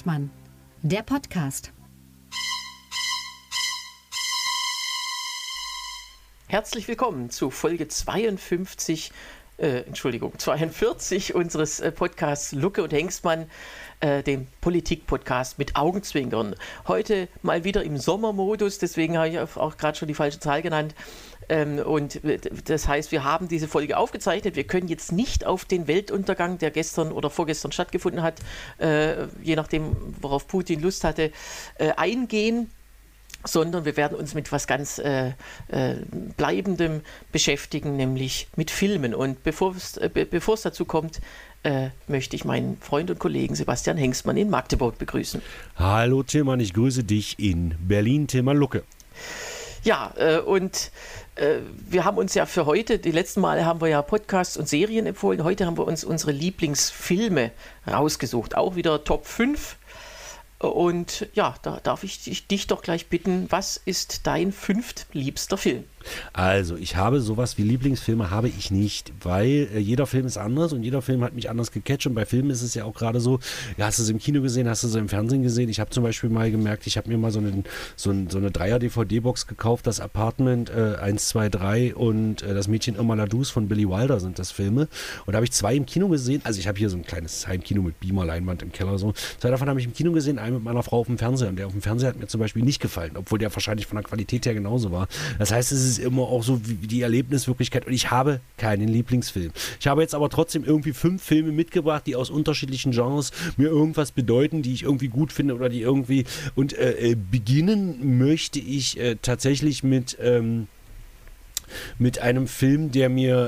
Hengstmann, der Podcast. Herzlich willkommen zu Folge 42 unseres Podcasts Lucke und Hengstmann, dem Politik-Podcast mit Augenzwinkern. Heute mal wieder im Sommermodus, deswegen habe ich auch gerade schon die falsche Zahl genannt. Und das heißt, wir haben diese Folge aufgezeichnet. Wir können jetzt nicht auf den Weltuntergang, der gestern oder vorgestern stattgefunden hat, je nachdem, worauf Putin Lust hatte, eingehen, sondern wir werden uns mit was ganz Bleibendem beschäftigen, nämlich mit Filmen. Und bevor es dazu kommt, möchte ich meinen Freund und Kollegen Sebastian Hengstmann in Magdeburg begrüßen. Hallo Tilman, ich grüße dich in Berlin, Tilman Lucke. Ja, wir haben uns ja für heute, die letzten Male haben wir ja Podcasts und Serien empfohlen, heute haben wir uns unsere Lieblingsfilme rausgesucht, auch wieder Top 5. Und ja, da darf ich dich doch gleich bitten, was ist dein fünftliebster Film? Also, ich habe sowas wie Lieblingsfilme habe ich nicht, weil jeder Film ist anders und jeder Film hat mich anders gecatcht. Und bei Filmen ist es ja auch gerade so, ja, hast du es im Kino gesehen, hast du es im Fernsehen gesehen? Ich habe zum Beispiel mal gemerkt, ich habe mir mal so eine 3er-DVD-Box gekauft, das Apartment 1, 2, 3 und das Mädchen Irma la Douce von Billy Wilder sind das Filme. Und da habe ich 2 im Kino gesehen. Also ich habe hier so ein kleines Heimkino mit Beamer-Leinwand im Keller. So. 2 davon habe ich im Kino gesehen, einen mit meiner Frau auf dem Fernseher. Und der auf dem Fernseher hat mir zum Beispiel nicht gefallen, obwohl der wahrscheinlich von der Qualität her genauso war. Das heißt, es ist immer auch so wie die Erlebniswirklichkeit und ich habe keinen Lieblingsfilm. Ich habe jetzt aber trotzdem irgendwie 5 Filme mitgebracht, die aus unterschiedlichen Genres mir irgendwas bedeuten, die ich irgendwie gut finde oder die irgendwie und beginnen möchte ich tatsächlich mit einem Film, der mir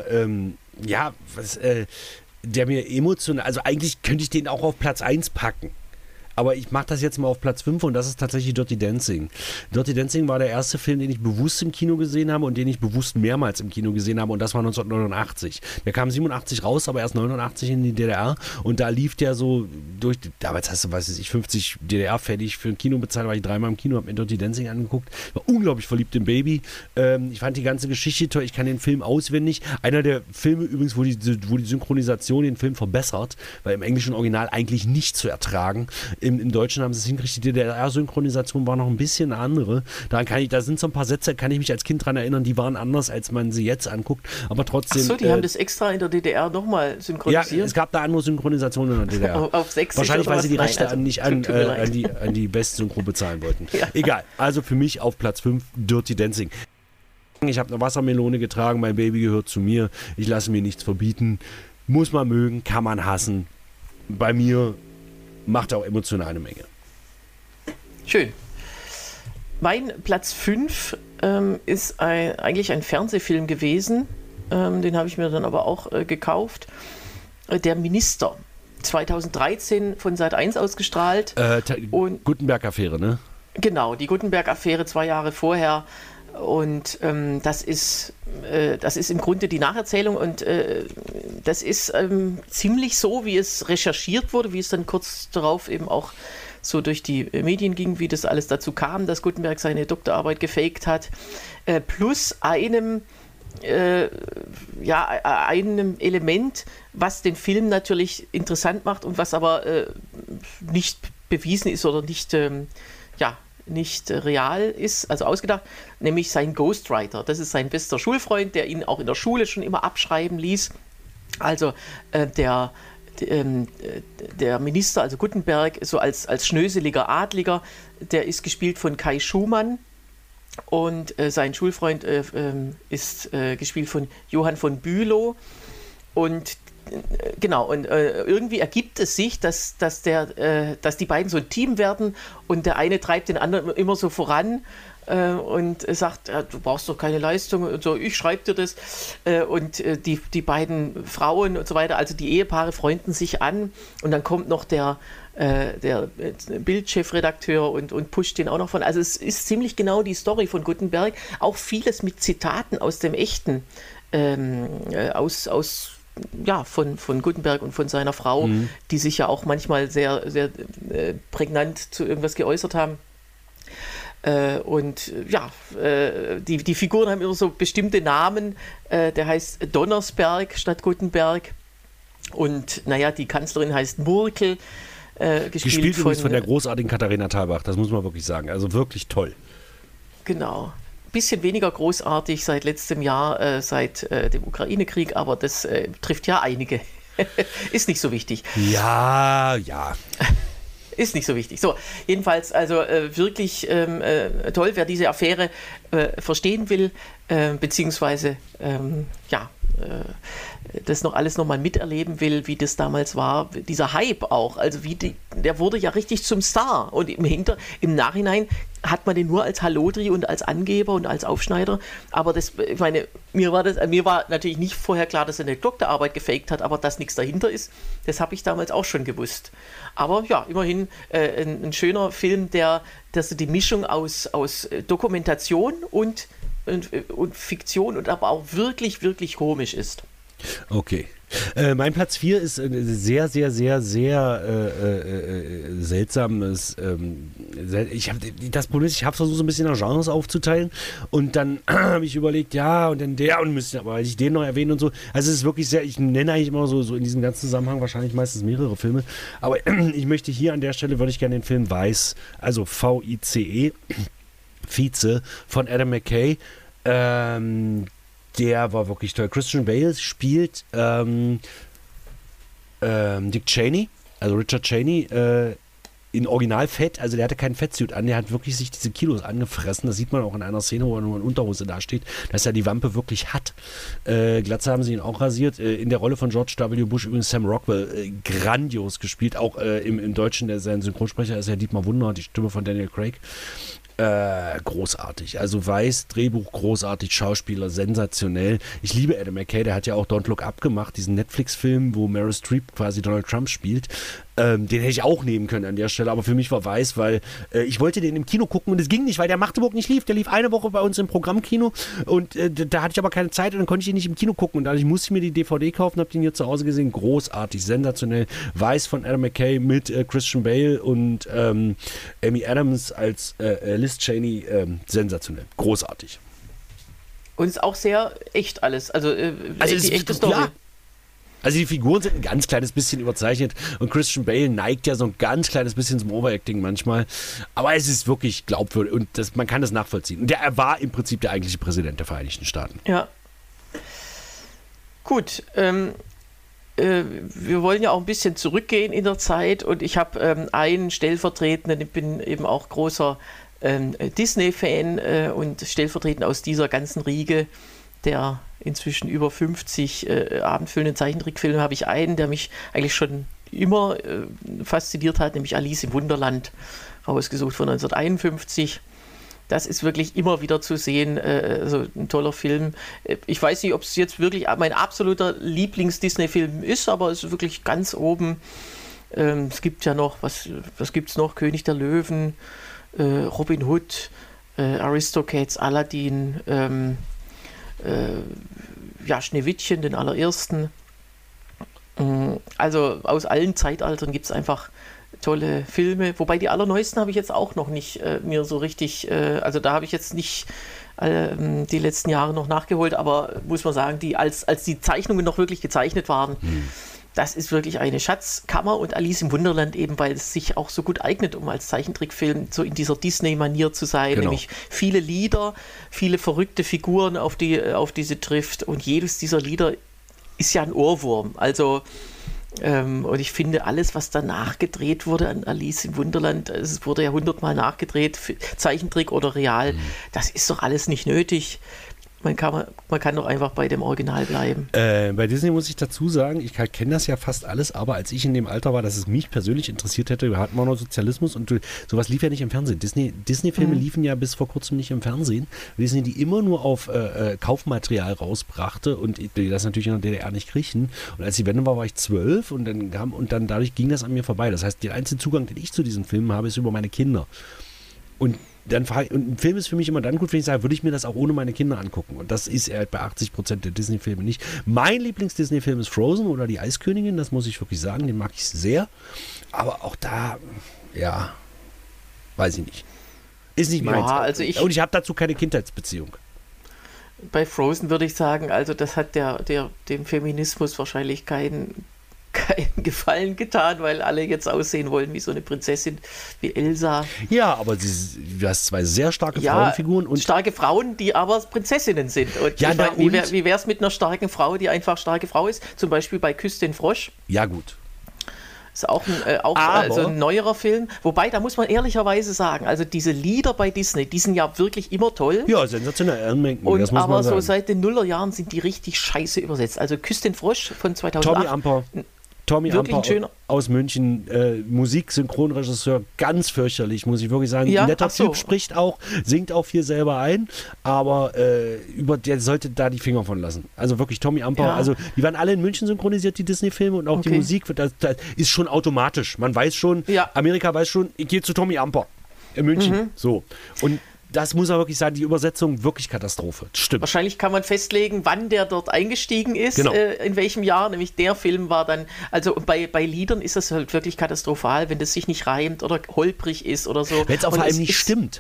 der mir emotional, also eigentlich könnte ich den auch auf Platz 1 packen. Aber ich mache das jetzt mal auf Platz 5 und das ist tatsächlich Dirty Dancing. Dirty Dancing war der erste Film, den ich bewusst im Kino gesehen habe und den ich bewusst mehrmals im Kino gesehen habe und das war 1989. Der kam 87 raus, aber erst 89 in die DDR und da lief der so durch, damals hast du, 50 DDR fertig für ein Kino bezahlt, war ich 3-mal im Kino, habe mir Dirty Dancing angeguckt, war unglaublich verliebt im Baby. Ich fand die ganze Geschichte toll, ich kann den Film auswendig. Einer der Filme übrigens, wo die Synchronisation den Film verbessert, weil im englischen Original eigentlich nicht zu ertragen. Im Deutschen haben sie es hingekriegt, die DDR-Synchronisation war noch ein bisschen eine andere. Da sind so ein paar Sätze, kann ich mich als Kind dran erinnern, die waren anders, als man sie jetzt anguckt. Aber trotzdem. Achso, die haben das extra in der DDR nochmal synchronisiert? Ja, es gab da andere Synchronisationen in der DDR. Auf Sächsisch wahrscheinlich, weil sie die Rechte nicht an die West-Synchro bezahlen wollten. Ja. Egal, also für mich auf Platz 5 Dirty Dancing. Ich habe eine Wassermelone getragen, mein Baby gehört zu mir, ich lasse mir nichts verbieten. Muss man mögen, kann man hassen. Bei mir macht auch emotional eine Menge. Schön. Mein Platz 5 ist eigentlich ein Fernsehfilm gewesen. Den habe ich mir dann aber auch gekauft. Der Minister. 2013 von Sat.1 ausgestrahlt. Gutenberg-Affäre, ne? Genau, die Gutenberg-Affäre 2 Jahre vorher. Und das ist im Grunde die Nacherzählung und das ist ziemlich so, wie es recherchiert wurde, wie es dann kurz darauf eben auch so durch die Medien ging, wie das alles dazu kam, dass Gutenberg seine Doktorarbeit gefaked hat, plus einem Element, was den Film natürlich interessant macht und was aber nicht bewiesen ist oder nicht real ist, also ausgedacht, nämlich sein Ghostwriter. Das ist sein bester Schulfreund, der ihn auch in der Schule schon immer abschreiben ließ. Also der Minister, also Gutenberg, so als schnöseliger Adliger, der ist gespielt von Kai Schumann und sein Schulfreund ist gespielt von Johann von Bülow und genau, und irgendwie ergibt es sich, dass die beiden so ein Team werden und der eine treibt den anderen immer so voran und sagt, ja, du brauchst doch keine Leistung und so, ich schreibe dir das und die beiden Frauen und so weiter, also die Ehepaare freunden sich an und dann kommt noch der Bildchefredakteur und pusht den auch noch von, also es ist ziemlich genau die Story von Gutenberg, auch vieles mit Zitaten aus dem Echten, von Gutenberg und von seiner Frau, die sich ja auch manchmal sehr, sehr prägnant zu irgendwas geäußert haben. Die Figuren haben immer so bestimmte Namen. Der heißt Donnersberg statt Gutenberg. Und naja, die Kanzlerin heißt Murkel. Gespielt übrigens von der großartigen Katharina Thalbach, das muss man wirklich sagen. Also wirklich toll. Genau. Bisschen weniger großartig seit letztem Jahr, seit dem Ukraine-Krieg, aber das trifft ja einige. Ist nicht so wichtig. Ja. Ist nicht so wichtig. So, jedenfalls, also wirklich toll, wer diese Affäre verstehen will, beziehungsweise das noch alles nochmal miterleben will, wie das damals war, dieser Hype auch, also der wurde ja richtig zum Star und im Nachhinein hat man den nur als Hallodri und als Angeber und als Aufschneider, aber mir war natürlich nicht vorher klar, dass er eine Doktorarbeit gefaked hat, aber dass nichts dahinter ist, das habe ich damals auch schon gewusst. Aber ja, immerhin ein schöner Film, dass die Mischung aus Dokumentation und Fiktion und aber auch wirklich, wirklich komisch ist. Okay. Mein Platz 4 ist sehr, sehr, sehr, sehr seltsames. Das Problem ist, ich habe versucht, so ein bisschen nach Genres aufzuteilen und dann habe ich überlegt, ja, und dann der und müsste aber ich den noch erwähnen und so. Also es ist wirklich sehr, ich nenne eigentlich immer so in diesem ganzen Zusammenhang wahrscheinlich meistens mehrere Filme, aber ich möchte hier an der Stelle, würde ich gerne den Film Vice, also VICE, Vize von Adam McKay. Der war wirklich toll. Christian Bale spielt Dick Cheney, also Richard Cheney, in Originalfett. Also der hatte keinen Fettsuit an, der hat wirklich sich diese Kilos angefressen. Das sieht man auch in einer Szene, wo er nur in Unterhose dasteht, dass er die Wampe wirklich hat. Glatze haben sie ihn auch rasiert. In der Rolle von George W. Bush übrigens Sam Rockwell grandios gespielt. Auch im Deutschen, sein Synchronsprecher ist ja Dietmar Wunder, die Stimme von Daniel Craig. Großartig. Also Weiß, Drehbuch großartig, Schauspieler sensationell. Ich liebe Adam McKay, der hat ja auch Don't Look Up gemacht, diesen Netflix-Film, wo Meryl Streep quasi Donald Trump spielt. Den hätte ich auch nehmen können an der Stelle, aber für mich war Weiß, weil ich wollte den im Kino gucken und es ging nicht, weil der Magdeburg nicht lief. Der lief eine Woche bei uns im Programmkino und da hatte ich aber keine Zeit und dann konnte ich ihn nicht im Kino gucken und dadurch musste ich mir die DVD kaufen, habe den hier zu Hause gesehen. Großartig, sensationell. Weiß von Adam McKay mit Christian Bale und Amy Adams als Liz Cheney, sensationell. Großartig. Und ist auch sehr echt alles. Also die echte Story. Ja. Also die Figuren sind ein ganz kleines bisschen überzeichnet und Christian Bale neigt ja so ein ganz kleines bisschen zum Overacting manchmal, aber es ist wirklich glaubwürdig und man kann das nachvollziehen. Und er war im Prinzip der eigentliche Präsident der Vereinigten Staaten. Ja. Gut, wir wollen ja auch ein bisschen zurückgehen in der Zeit und ich habe einen stellvertretenden, ich bin eben auch großer Disney-Fan und stellvertretend aus dieser ganzen Riege der inzwischen über 50 abendfüllenden Zeichentrickfilme habe ich einen, der mich eigentlich schon immer fasziniert hat, nämlich Alice im Wunderland, rausgesucht von 1951. Das ist wirklich immer wieder zu sehen, also ein toller Film. Ich weiß nicht, ob es jetzt wirklich mein absoluter Lieblings-Disney-Film ist, aber es ist wirklich ganz oben. Es gibt ja noch, was gibt es noch? König der Löwen, Robin Hood, Aristocats, Aladdin, Schneewittchen, den allerersten. Also aus allen Zeitaltern gibt es einfach tolle Filme, wobei die allerneuesten habe ich jetzt auch noch nicht mir so richtig, also da habe ich jetzt nicht die letzten Jahre noch nachgeholt, aber muss man sagen, als die Zeichnungen noch wirklich gezeichnet waren, das ist wirklich eine Schatzkammer und Alice im Wunderland eben, weil es sich auch so gut eignet, um als Zeichentrickfilm so in dieser Disney-Manier zu sein, genau. Nämlich viele Lieder, viele verrückte Figuren, auf die sie trifft und jedes dieser Lieder ist ja ein Ohrwurm, also und ich finde, alles, was danach gedreht wurde an Alice im Wunderland, es wurde ja 100-mal nachgedreht, Zeichentrick oder real, das ist doch alles nicht nötig. Man kann doch einfach bei dem Original bleiben. Bei Disney muss ich dazu sagen, ich kenne das ja fast alles, aber als ich in dem Alter war, dass es mich persönlich interessiert hätte, wir hatten auch noch Sozialismus und sowas lief ja nicht im Fernsehen. Disney-Filme liefen ja bis vor kurzem nicht im Fernsehen. Disney die immer nur auf Kaufmaterial rausbrachte und die das natürlich in der DDR nicht kriegten. Und als die Wende war ich 12 und dann dadurch ging das an mir vorbei. Das heißt, der einzige Zugang, den ich zu diesen Filmen habe, ist über meine Kinder. Und ein Film ist für mich immer dann gut, wenn ich sage, würde ich mir das auch ohne meine Kinder angucken. Und das ist halt bei 80% der Disney-Filme nicht. Mein Lieblings-Disney-Film ist Frozen oder Die Eiskönigin, das muss ich wirklich sagen, den mag ich sehr. Aber auch da, ja, weiß ich nicht. Ist nicht meins. Ja, also und ich habe dazu keine Kindheitsbeziehung. Bei Frozen würde ich sagen, also das hat dem Feminismus wahrscheinlich keinen Gefallen getan, weil alle jetzt aussehen wollen wie so eine Prinzessin, wie Elsa. Ja, aber du hast zwei sehr starke Frauenfiguren. Und starke Frauen, die aber Prinzessinnen sind. Und ja, ich meine, wie wäre es mit einer starken Frau, die einfach starke Frau ist? Zum Beispiel bei Küss den Frosch. Ja, gut. Ist auch so ein neuerer Film. Wobei, da muss man ehrlicherweise sagen, also diese Lieder bei Disney, die sind ja wirklich immer toll. Ja, sensationell. Aber so seit den Nullerjahren sind die richtig scheiße übersetzt. Also Küss den Frosch von 2008. Tommy Amper aus München, Musik-Synchronregisseur, ganz fürchterlich, muss ich wirklich sagen. Ja, netter Typ, spricht auch, singt auch viel selber ein, aber der sollte da die Finger von lassen. Also wirklich Tommy Amper, also die waren alle in München synchronisiert, die Disney-Filme, und auch die Musik, das ist schon automatisch. Man weiß schon, Amerika weiß schon, ich gehe zu Tommy Amper in München. So. Und das muss er wirklich sagen, die Übersetzung wirklich Katastrophe. Stimmt. Wahrscheinlich kann man festlegen, wann der dort eingestiegen ist, in welchem Jahr. Nämlich der Film war dann, also bei Liedern ist das halt wirklich katastrophal, wenn das sich nicht reimt oder holprig ist oder so. Wenn es auf allem nicht stimmt.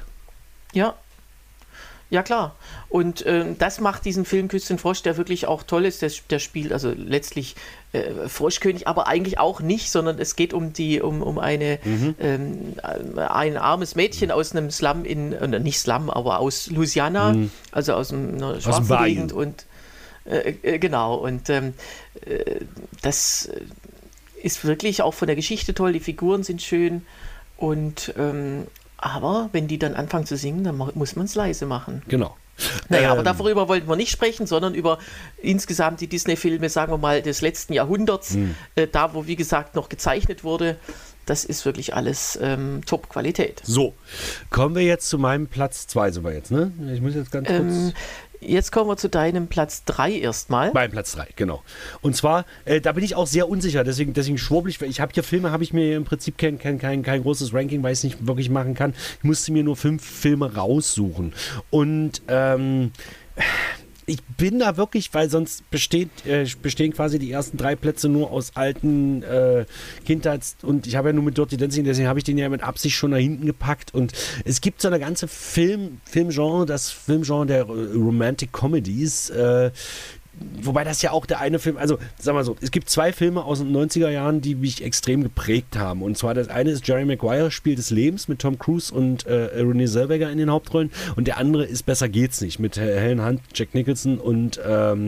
Ja, klar. Und das macht diesen Film Küss den Frosch, der wirklich auch toll ist. Der spielt also letztlich Froschkönig, aber eigentlich auch nicht, sondern es geht um ein armes Mädchen aus einem Slum nicht Slum, aber aus Louisiana, also aus einer schwarzen Gegend. Und genau. Und das ist wirklich auch von der Geschichte toll. Die Figuren sind schön und aber wenn die dann anfangen zu singen, dann muss man es leise machen. Genau. Naja, aber darüber wollten wir nicht sprechen, sondern über insgesamt die Disney-Filme, sagen wir mal, des letzten Jahrhunderts, da wo, wie gesagt, noch gezeichnet wurde. Das ist wirklich alles Top-Qualität. So, kommen wir jetzt zu meinem Platz 2, sind wir jetzt, ne? Ich muss jetzt ganz kurz... Jetzt kommen wir zu deinem Platz 3 erstmal. Mein Platz 3, genau. Und zwar, da bin ich auch sehr unsicher, deswegen schwurbel ich. Ich habe hier Filme, habe ich mir im Prinzip kein großes Ranking, weil ich es nicht wirklich machen kann. Ich musste mir nur 5 Filme raussuchen. Und ich bin da wirklich, weil sonst bestehen quasi die ersten 3 Plätze nur aus alten Kindheits- und ich habe ja nur mit Dirty Dancing, deswegen habe ich den ja mit Absicht schon nach hinten gepackt, und es gibt so eine ganze Filmgenre, das Filmgenre der Romantic Comedies, wobei das ja auch der eine Film, also sagen wir so, es gibt 2 Filme aus den 90er Jahren, die mich extrem geprägt haben. Und zwar das eine ist Jerry Maguire, Spiel des Lebens, mit Tom Cruise und Renée Zellweger in den Hauptrollen. Und der andere ist Besser geht's nicht, mit Helen Hunt, Jack Nicholson und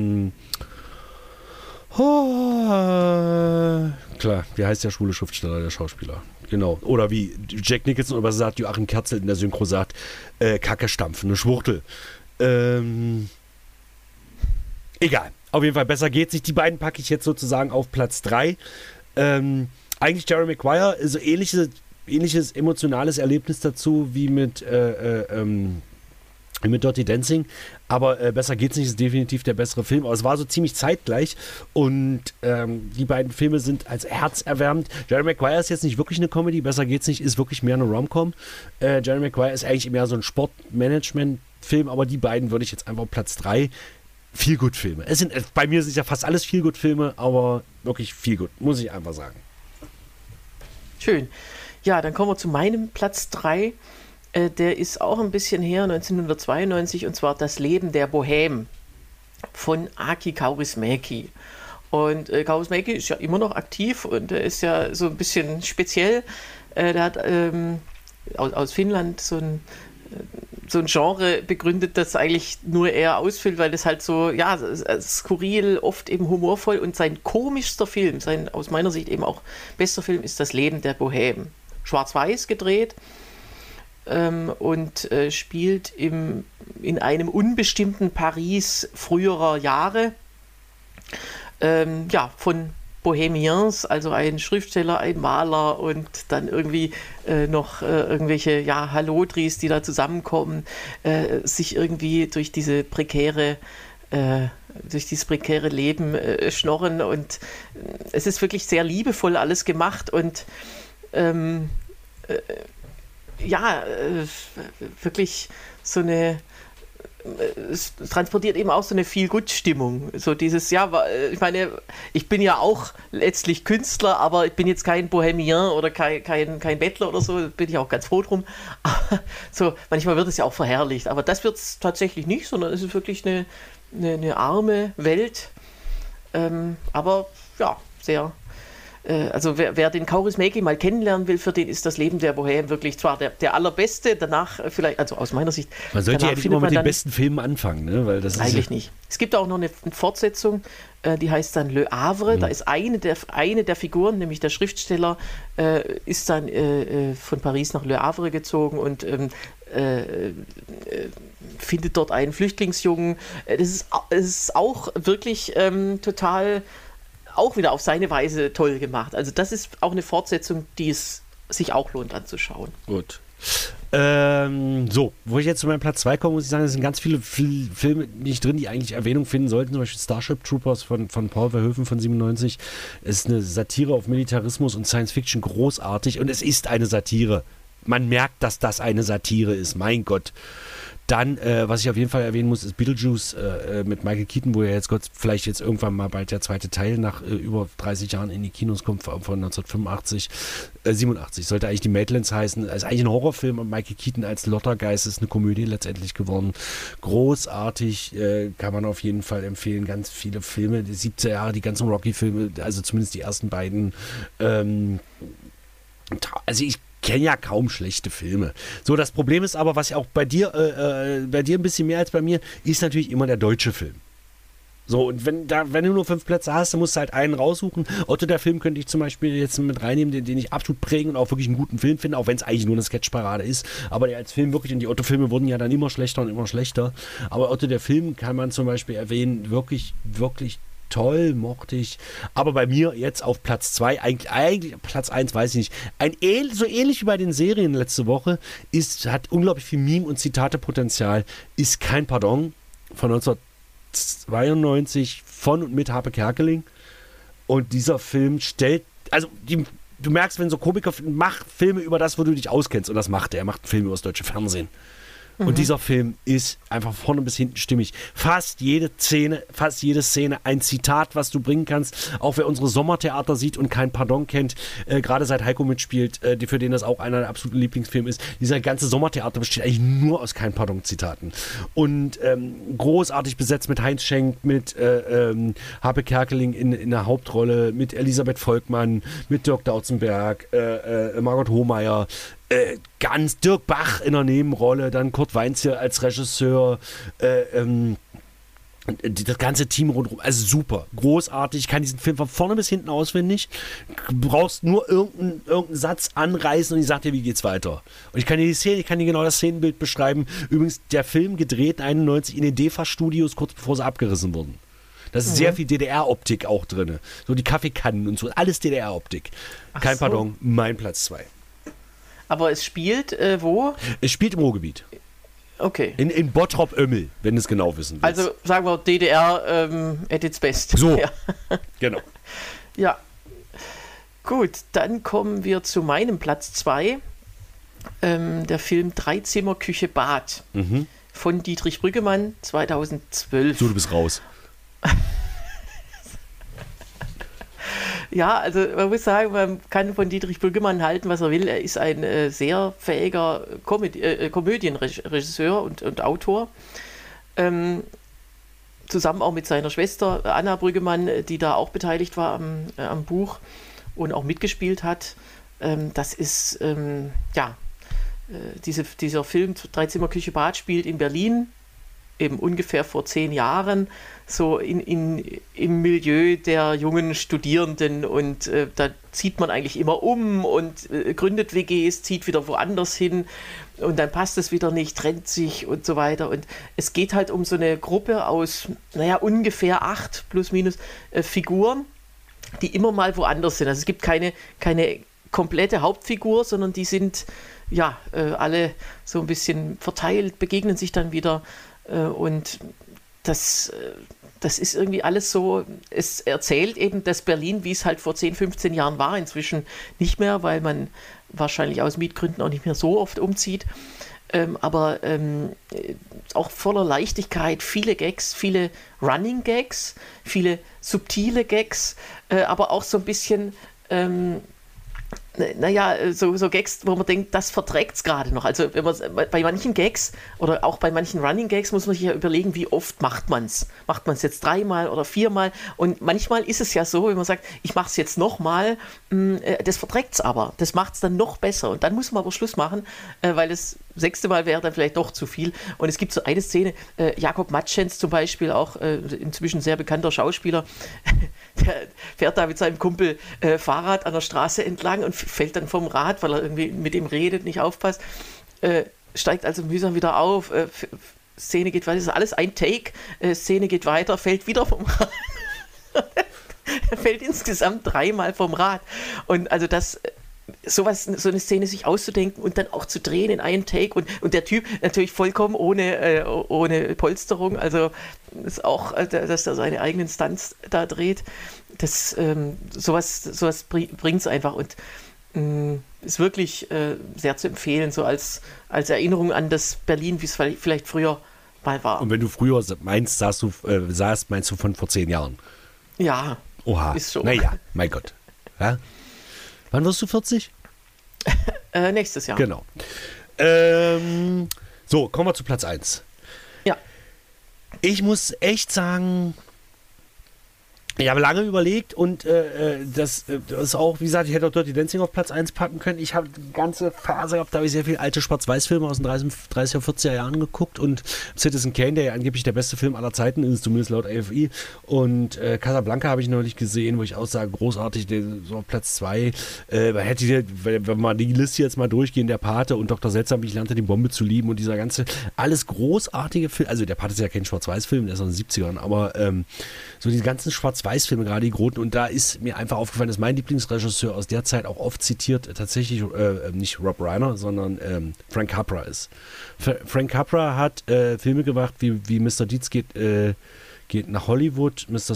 klar, wie heißt der schwule Schriftsteller, der Schauspieler? Genau. Oder wie Jack Nicholson oder sagt Joachim Kerzel in der Synchro sagt, Kacke stampfen, eine Schwuchtel. Egal, auf jeden Fall, besser geht's nicht. Die beiden packe ich jetzt sozusagen auf Platz 3. Eigentlich Jerry Maguire, so ähnliches emotionales Erlebnis dazu wie mit Dirty Dancing, aber besser geht's nicht, ist definitiv der bessere Film. Aber es war so ziemlich zeitgleich, und die beiden Filme sind als herzerwärmend. Jerry Maguire ist jetzt nicht wirklich eine Comedy, besser geht's nicht, ist wirklich mehr eine Rom-Com. Jerry Maguire ist eigentlich mehr so ein Sportmanagement-Film, aber die beiden würde ich jetzt einfach Platz 3. Feel-Good-Filme. Bei mir sind ja fast alles Feel-Good-Filme, aber wirklich Feel-Good, muss ich einfach sagen. Schön. Ja, dann kommen wir zu meinem Platz 3. Der ist auch ein bisschen her, 1992, und zwar Das Leben der Bohème von Aki Kaurismäki. Und Kaurismäki ist ja immer noch aktiv und er ist ja so ein bisschen speziell. Der hat aus Finnland so ein Genre begründet, das eigentlich nur er ausfüllt, weil das halt so, ja, skurril, oft eben humorvoll, und sein komischster Film, sein aus meiner Sicht eben auch bester Film, ist Das Leben der Bohème. Schwarz-Weiß gedreht und spielt in einem unbestimmten Paris früherer Jahre, von Bohemians, also ein Schriftsteller, ein Maler und dann irgendwie noch irgendwelche Hallodris, die da zusammenkommen, sich irgendwie durch dieses prekäre Leben schnorren, und es ist wirklich sehr liebevoll alles gemacht und wirklich so eine, es transportiert eben auch so eine Feel-Good-Stimmung. So dieses, ich meine, ich bin ja auch letztlich Künstler, aber ich bin jetzt kein Bohemian oder kein Bettler oder so, bin ich auch ganz froh drum. Aber so, manchmal wird es ja auch verherrlicht, aber das wird es tatsächlich nicht, sondern es ist wirklich eine arme Welt, aber ja, sehr also wer den Kaurismäki mal kennenlernen will, für den ist das Leben der Bohème wirklich zwar der allerbeste, danach vielleicht, also aus meiner Sicht. Man sollte ja nicht immer mit den besten Filmen anfangen, ne? Weil das eigentlich ist nicht. Es gibt auch noch eine Fortsetzung, die heißt dann Le Havre. Da ist eine der Figuren, nämlich der Schriftsteller, ist dann von Paris nach Le Havre gezogen und findet dort einen Flüchtlingsjungen. Es ist auch wirklich total, auch wieder auf seine Weise toll gemacht. Also das ist auch eine Fortsetzung, die es sich auch lohnt anzuschauen. gut. So, wo ich jetzt zu meinem Platz 2 komme, muss ich sagen, es sind ganz viele Filme nicht drin, die eigentlich Erwähnung finden sollten. Zum Beispiel Starship Troopers von Paul Verhoeven von 97. Es ist eine Satire auf Militarismus und Science Fiction, großartig. Und es ist eine Satire. Man merkt, dass das eine Satire ist. Mein Gott. Dann, was ich auf jeden Fall erwähnen muss, ist Beetlejuice mit Michael Keaton, wo ja jetzt vielleicht jetzt irgendwann mal bald der zweite Teil nach über 30 Jahren in die Kinos kommt, von 1985, 87. Sollte eigentlich die Maitlands heißen. Ist eigentlich ein Horrorfilm und Michael Keaton als Lottergeist ist eine Komödie letztendlich geworden. Großartig, kann man auf jeden Fall empfehlen. Ganz viele Filme, die 70er Jahre, die ganzen Rocky-Filme, also zumindest die ersten beiden. Also ich kenne ja kaum schlechte Filme. So, das Problem ist aber, was ja auch bei dir ein bisschen mehr als bei mir, ist natürlich immer der deutsche Film. So, und wenn du nur 5 Plätze hast, dann musst du halt einen raussuchen. Otto, der Film könnte ich zum Beispiel jetzt mit reinnehmen, den ich absolut prägen und auch wirklich einen guten Film finde, auch wenn es eigentlich nur eine Sketchparade ist. Aber der als Film wirklich, und die Otto-Filme wurden ja dann immer schlechter und immer schlechter. Aber Otto, der Film, kann man zum Beispiel erwähnen, wirklich, wirklich toll, mochte ich. Aber bei mir jetzt auf Platz 2, eigentlich Platz 1, weiß ich nicht. So ähnlich wie bei den Serien letzte Woche, hat unglaublich viel Meme- und Zitatepotenzial, ist Kein Pardon von 1992 von und mit Harpe Kerkeling. Und dieser Film stellt, also du merkst, wenn so Komiker macht Filme über das, wo du dich auskennst, und das macht er. Er macht Filme über das deutsche Fernsehen. Und dieser Film ist einfach vorne bis hinten stimmig. Fast jede Szene ein Zitat, was du bringen kannst. Auch wer unsere Sommertheater sieht und Kein Pardon kennt, gerade seit Heiko mitspielt, für den das auch einer der absoluten Lieblingsfilme ist. Dieser ganze Sommertheater besteht eigentlich nur aus Kein Pardon-Zitaten. Und großartig besetzt mit Heinz Schenk, mit Harpe Kerkeling in der Hauptrolle, mit Elisabeth Volkmann, mit Dirk Dautzenberg, Margot Hohmeier, ganz Dirk Bach in der Nebenrolle, dann Kurt Weinzierl als Regisseur, das ganze Team rundherum, also super, großartig, ich kann diesen Film von vorne bis hinten auswendig, du brauchst nur irgendeinen Satz anreißen und ich sag dir, wie geht's weiter. Und ich kann dir genau das Szenenbild beschreiben. Übrigens, der Film gedreht 91 in den DEFA-Studios, kurz bevor sie abgerissen wurden. Da ist sehr viel DDR-Optik auch drin. So die Kaffeekannen und so, alles DDR-Optik. Kein Pardon, mein Platz 2. Aber es spielt wo? Es spielt im Ruhrgebiet. Okay. In Bottrop-Ömmel, wenn du es genau wissen willst. Also sagen wir DDR at its best. So, ja. Genau. Ja. Gut, dann kommen wir zu meinem Platz 2. Der Film Dreizimmer, Küche, Bad von Dietrich Brüggemann 2012. So, du bist raus. Ja, also man muss sagen, man kann von Dietrich Brüggemann halten, was er will. Er ist ein sehr fähiger Komödienregisseur und Autor. Zusammen auch mit seiner Schwester Anna Brüggemann, die da auch beteiligt war am Buch und auch mitgespielt hat. Das ist, dieser Film Dreizimmer, Küche, Bad spielt in Berlin, eben ungefähr vor 10 Jahren, so im Milieu der jungen Studierenden, und da zieht man eigentlich immer um und gründet WGs, zieht wieder woanders hin und dann passt es wieder nicht, trennt sich und so weiter. Und es geht halt um so eine Gruppe aus, ungefähr 8 plus minus Figuren, die immer mal woanders sind. Also es gibt keine komplette Hauptfigur, sondern die sind alle so ein bisschen verteilt, begegnen sich dann wieder. Und das ist irgendwie alles so, es erzählt eben das Berlin, wie es halt vor 10, 15 Jahren war, inzwischen nicht mehr, weil man wahrscheinlich aus Mietgründen auch nicht mehr so oft umzieht, aber auch voller Leichtigkeit, viele Gags, viele Running Gags, viele subtile Gags, aber auch so ein bisschen naja, so Gags, wo man denkt, das verträgt es gerade noch. Also wenn man bei manchen Gags oder auch bei manchen Running Gags muss man sich ja überlegen, wie oft macht man es. Macht man es jetzt 3-mal oder 4-mal? Und manchmal ist es ja so, wenn man sagt, ich mache es jetzt nochmal, das verträgt es aber. Das macht es dann noch besser. Und dann muss man aber Schluss machen, weil das 6. Mal wäre dann vielleicht doch zu viel. Und es gibt so eine Szene, Jakob Matschens zum Beispiel, auch inzwischen sehr bekannter Schauspieler, der fährt da mit seinem Kumpel Fahrrad an der Straße entlang und fällt dann vom Rad, weil er irgendwie mit ihm redet, nicht aufpasst, steigt also mühsam wieder auf, Szene geht weiter, das ist alles ein Take, Szene geht weiter, fällt wieder vom Rad. Er fällt insgesamt 3-mal vom Rad. Und also so eine Szene sich auszudenken und dann auch zu drehen in einen Take und der Typ natürlich vollkommen ohne Polsterung, also ist auch, dass er seine eigenen Stunts da dreht, sowas bringt es einfach und ist wirklich sehr zu empfehlen, so als Erinnerung an das Berlin, wie es vielleicht früher mal war. Und wenn du früher meinst, meinst du von vor 10 Jahren? Ja, oha, ist so. Naja, mein Gott. Ja? Wann wirst du 40? Nächstes Jahr. Genau. So, kommen wir zu Platz 1. Ja. Ich muss echt sagen, ich habe lange überlegt und das ist auch, wie gesagt, ich hätte auch Dirty Dancing auf Platz 1 packen können. Ich habe die ganze Phase gehabt, da habe ich sehr viele alte Schwarz-Weiß-Filme aus den 30er, 40er Jahren geguckt und Citizen Kane, der ja angeblich der beste Film aller Zeiten ist, zumindest laut AFI, und Casablanca habe ich neulich gesehen, wo ich auch sage, großartig, so auf Platz 2, wenn wir mal die Liste jetzt mal durchgehen, der Pate und Dr. Seltsam, wie ich lernte, die Bombe zu lieben und dieser ganze, alles großartige Film, also der Pate ist ja kein Schwarz-Weiß-Film, der ist aus den 70ern, aber so die ganzen Schwarz-Weiß-Filme, gerade die Groten, und da ist mir einfach aufgefallen, dass mein Lieblingsregisseur aus der Zeit auch oft zitiert, tatsächlich nicht Rob Reiner, sondern Frank Capra ist. Frank Capra hat Filme gemacht, wie Mr. Deeds geht nach Hollywood, Mr.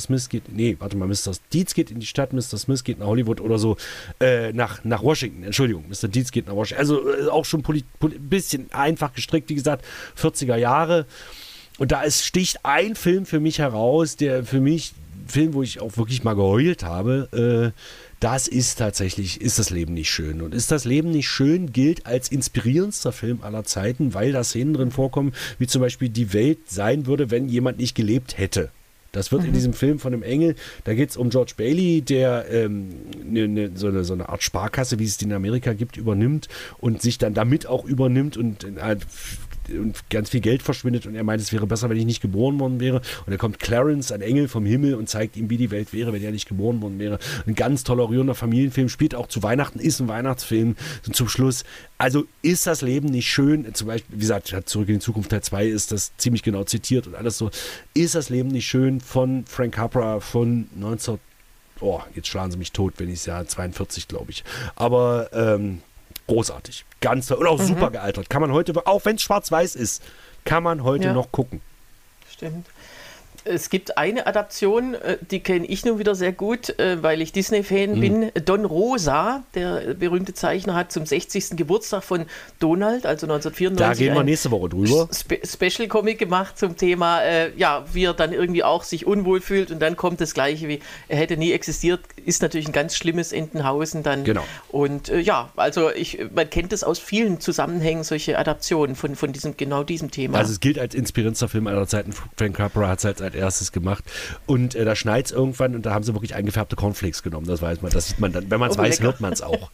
Deeds geht in die Stadt, Mr. Smith geht nach Hollywood oder so, nach Washington, Entschuldigung, Mr. Deeds geht nach Washington, also auch schon ein bisschen einfach gestrickt, wie gesagt, 40er Jahre. Und da sticht ein Film für mich heraus, der für mich, Film, wo ich auch wirklich mal geheult habe, das ist tatsächlich, ist das Leben nicht schön. Und ist das Leben nicht schön, gilt als inspirierendster Film aller Zeiten, weil da Szenen drin vorkommen, wie zum Beispiel die Welt sein würde, wenn jemand nicht gelebt hätte. Das wird in diesem Film von einem Engel, da geht es um George Bailey, der so eine Art Sparkasse, wie es die in Amerika gibt, übernimmt und sich dann damit auch übernimmt und ganz viel Geld verschwindet und er meint, es wäre besser, wenn ich nicht geboren worden wäre. Und da kommt Clarence, ein Engel vom Himmel, und zeigt ihm, wie die Welt wäre, wenn er nicht geboren worden wäre. Ein ganz toller, rührender Familienfilm, spielt auch zu Weihnachten, ist ein Weihnachtsfilm. Und zum Schluss, also ist das Leben nicht schön? Zum Beispiel, wie gesagt, Zurück in die Zukunft Teil 2 ist das ziemlich genau zitiert und alles so. Ist das Leben nicht schön von Frank Capra von 19... Oh, jetzt schlagen sie mich tot, wenn ich es ja 42, glaube ich. Aber großartig. Ganz toll. Und auch super gealtert. Kann man heute, auch wenn es schwarz-weiß ist, kann man heute noch gucken. Stimmt. Es gibt eine Adaption, die kenne ich nun wieder sehr gut, weil ich Disney-Fan bin. Don Rosa, der berühmte Zeichner, hat zum 60. Geburtstag von Donald, also 1994, da reden wir nächste Woche drüber. Special-Comic gemacht zum Thema, wie er dann irgendwie auch sich unwohl fühlt und dann kommt das Gleiche wie, er hätte nie existiert, ist natürlich ein ganz schlimmes Entenhausen dann. Genau. Und also man kennt es aus vielen Zusammenhängen, solche Adaptionen von genau diesem Thema. Also es gilt als inspirierendster Film aller Zeiten. Frank Capra hat es als erstes gemacht. Und da schneit es irgendwann und da haben sie wirklich eingefärbte Cornflakes genommen. Das weiß man. Das sieht man dann. Wenn man es weiß, hört man es auch.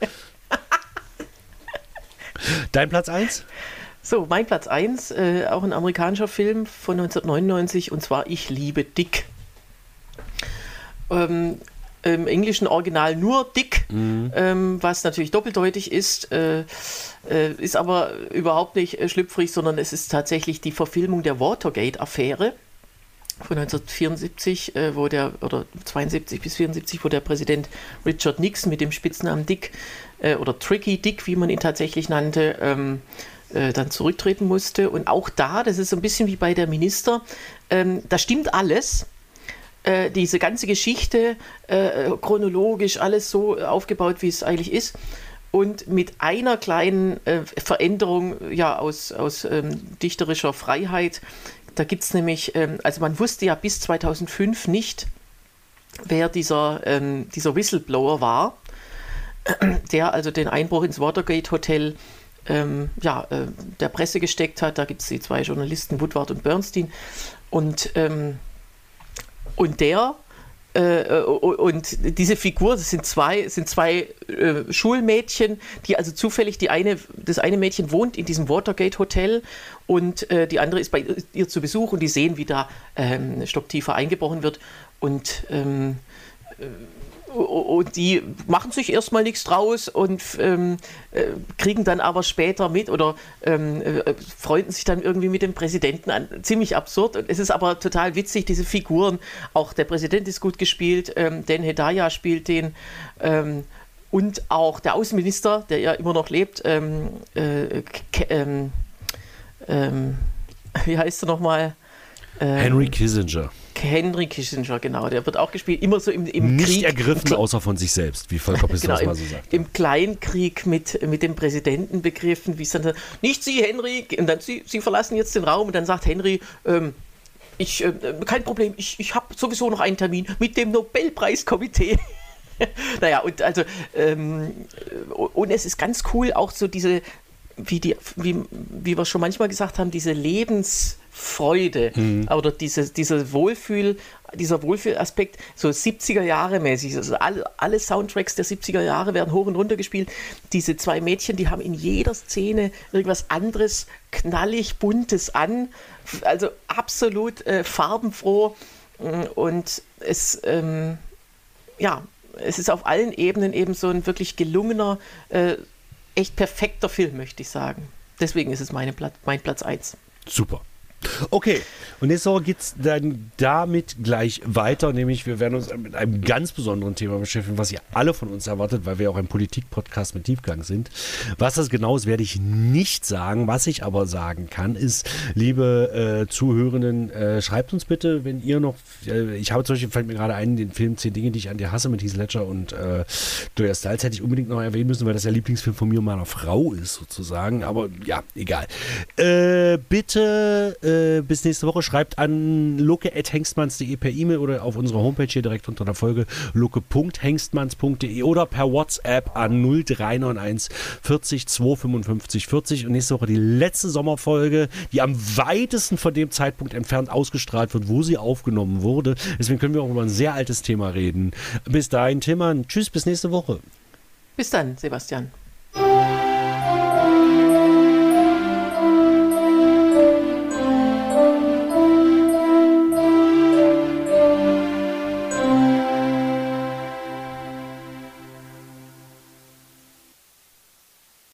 Dein Platz 1? So, mein Platz 1, auch ein amerikanischer Film von 1999, und zwar Ich liebe Dick. Im englischen Original nur Dick, was natürlich doppeldeutig ist aber überhaupt nicht schlüpfrig, sondern es ist tatsächlich die Verfilmung der Watergate-Affäre von 1974, oder 72 bis 74, wo der Präsident Richard Nixon mit dem Spitznamen Dick oder Tricky Dick, wie man ihn tatsächlich nannte, dann zurücktreten musste. Und auch da, das ist so ein bisschen wie bei der Minister, da stimmt alles. Diese ganze Geschichte, chronologisch alles so aufgebaut, wie es eigentlich ist. Und mit einer kleinen Veränderung aus dichterischer Freiheit. Da gibt es nämlich, also man wusste ja bis 2005 nicht, wer dieser Whistleblower war. der also den Einbruch ins Watergate-Hotel der Presse gesteckt hat. Da gibt es die 2 Journalisten, Woodward und Bernstein. Und diese Figur, das sind zwei Schulmädchen, die also zufällig, das eine Mädchen wohnt in diesem Watergate-Hotel und die andere ist bei ihr zu Besuch und die sehen, wie da stocktiefer eingebrochen wird und die machen sich erstmal nichts draus und kriegen dann aber später mit oder freunden sich dann irgendwie mit dem Präsidenten an. Ziemlich absurd. Und es ist aber total witzig, diese Figuren. Auch der Präsident ist gut gespielt, Dan Hedaya spielt den und auch der Außenminister, der ja immer noch lebt, wie heißt er nochmal? Henry Kissinger. Henry Kissinger, genau, der wird auch gespielt, immer so im nicht Krieg. Ergriffen, außer von sich selbst, wie Volker Pistols mal so sagt. Im Kleinkrieg mit dem Präsidenten begriffen, wie es dann sagt, nicht Sie, Henry, und dann Sie verlassen jetzt den Raum und dann sagt Henry, kein Problem, ich habe sowieso noch einen Termin mit dem Nobelpreiskomitee. Naja, und also, und es ist ganz cool, auch so diese, wie wir schon manchmal gesagt haben, diese Lebensfreude oder dieser Wohlfühlaspekt, so 70er Jahre mäßig, also alle Soundtracks der 70er Jahre werden hoch und runter gespielt. Diese 2 Mädchen, die haben in jeder Szene irgendwas anderes, knallig, buntes an, also absolut farbenfroh und es ist auf allen Ebenen eben so ein wirklich gelungener, echt perfekter Film, möchte ich sagen. Deswegen ist es mein Platz 1. Super. Okay, und nächste Woche geht es dann damit gleich weiter, nämlich wir werden uns mit einem ganz besonderen Thema beschäftigen, was ihr alle von uns erwartet, weil wir auch ein Politik-Podcast mit Tiefgang sind. Was das genau ist, werde ich nicht sagen. Was ich aber sagen kann, ist, liebe Zuhörenden, schreibt uns bitte, wenn ihr noch, ich habe zum Beispiel, fällt mir gerade ein, den Film 10 Dinge, die ich an dir hasse mit Heath Ledger und Julia Stiles hätte ich unbedingt noch erwähnen müssen, weil das der Lieblingsfilm von mir und meiner Frau ist sozusagen, aber ja, egal. Bitte bis nächste Woche. Schreibt an luke@hengstmanns.de per E-Mail oder auf unserer Homepage hier direkt unter der Folge luke.hengstmanns.de oder per WhatsApp an 0391 40 255 40 und nächste Woche die letzte Sommerfolge, die am weitesten von dem Zeitpunkt entfernt ausgestrahlt wird, wo sie aufgenommen wurde. Deswegen können wir auch über ein sehr altes Thema reden. Bis dahin, Tillmann. Tschüss, bis nächste Woche. Bis dann, Sebastian.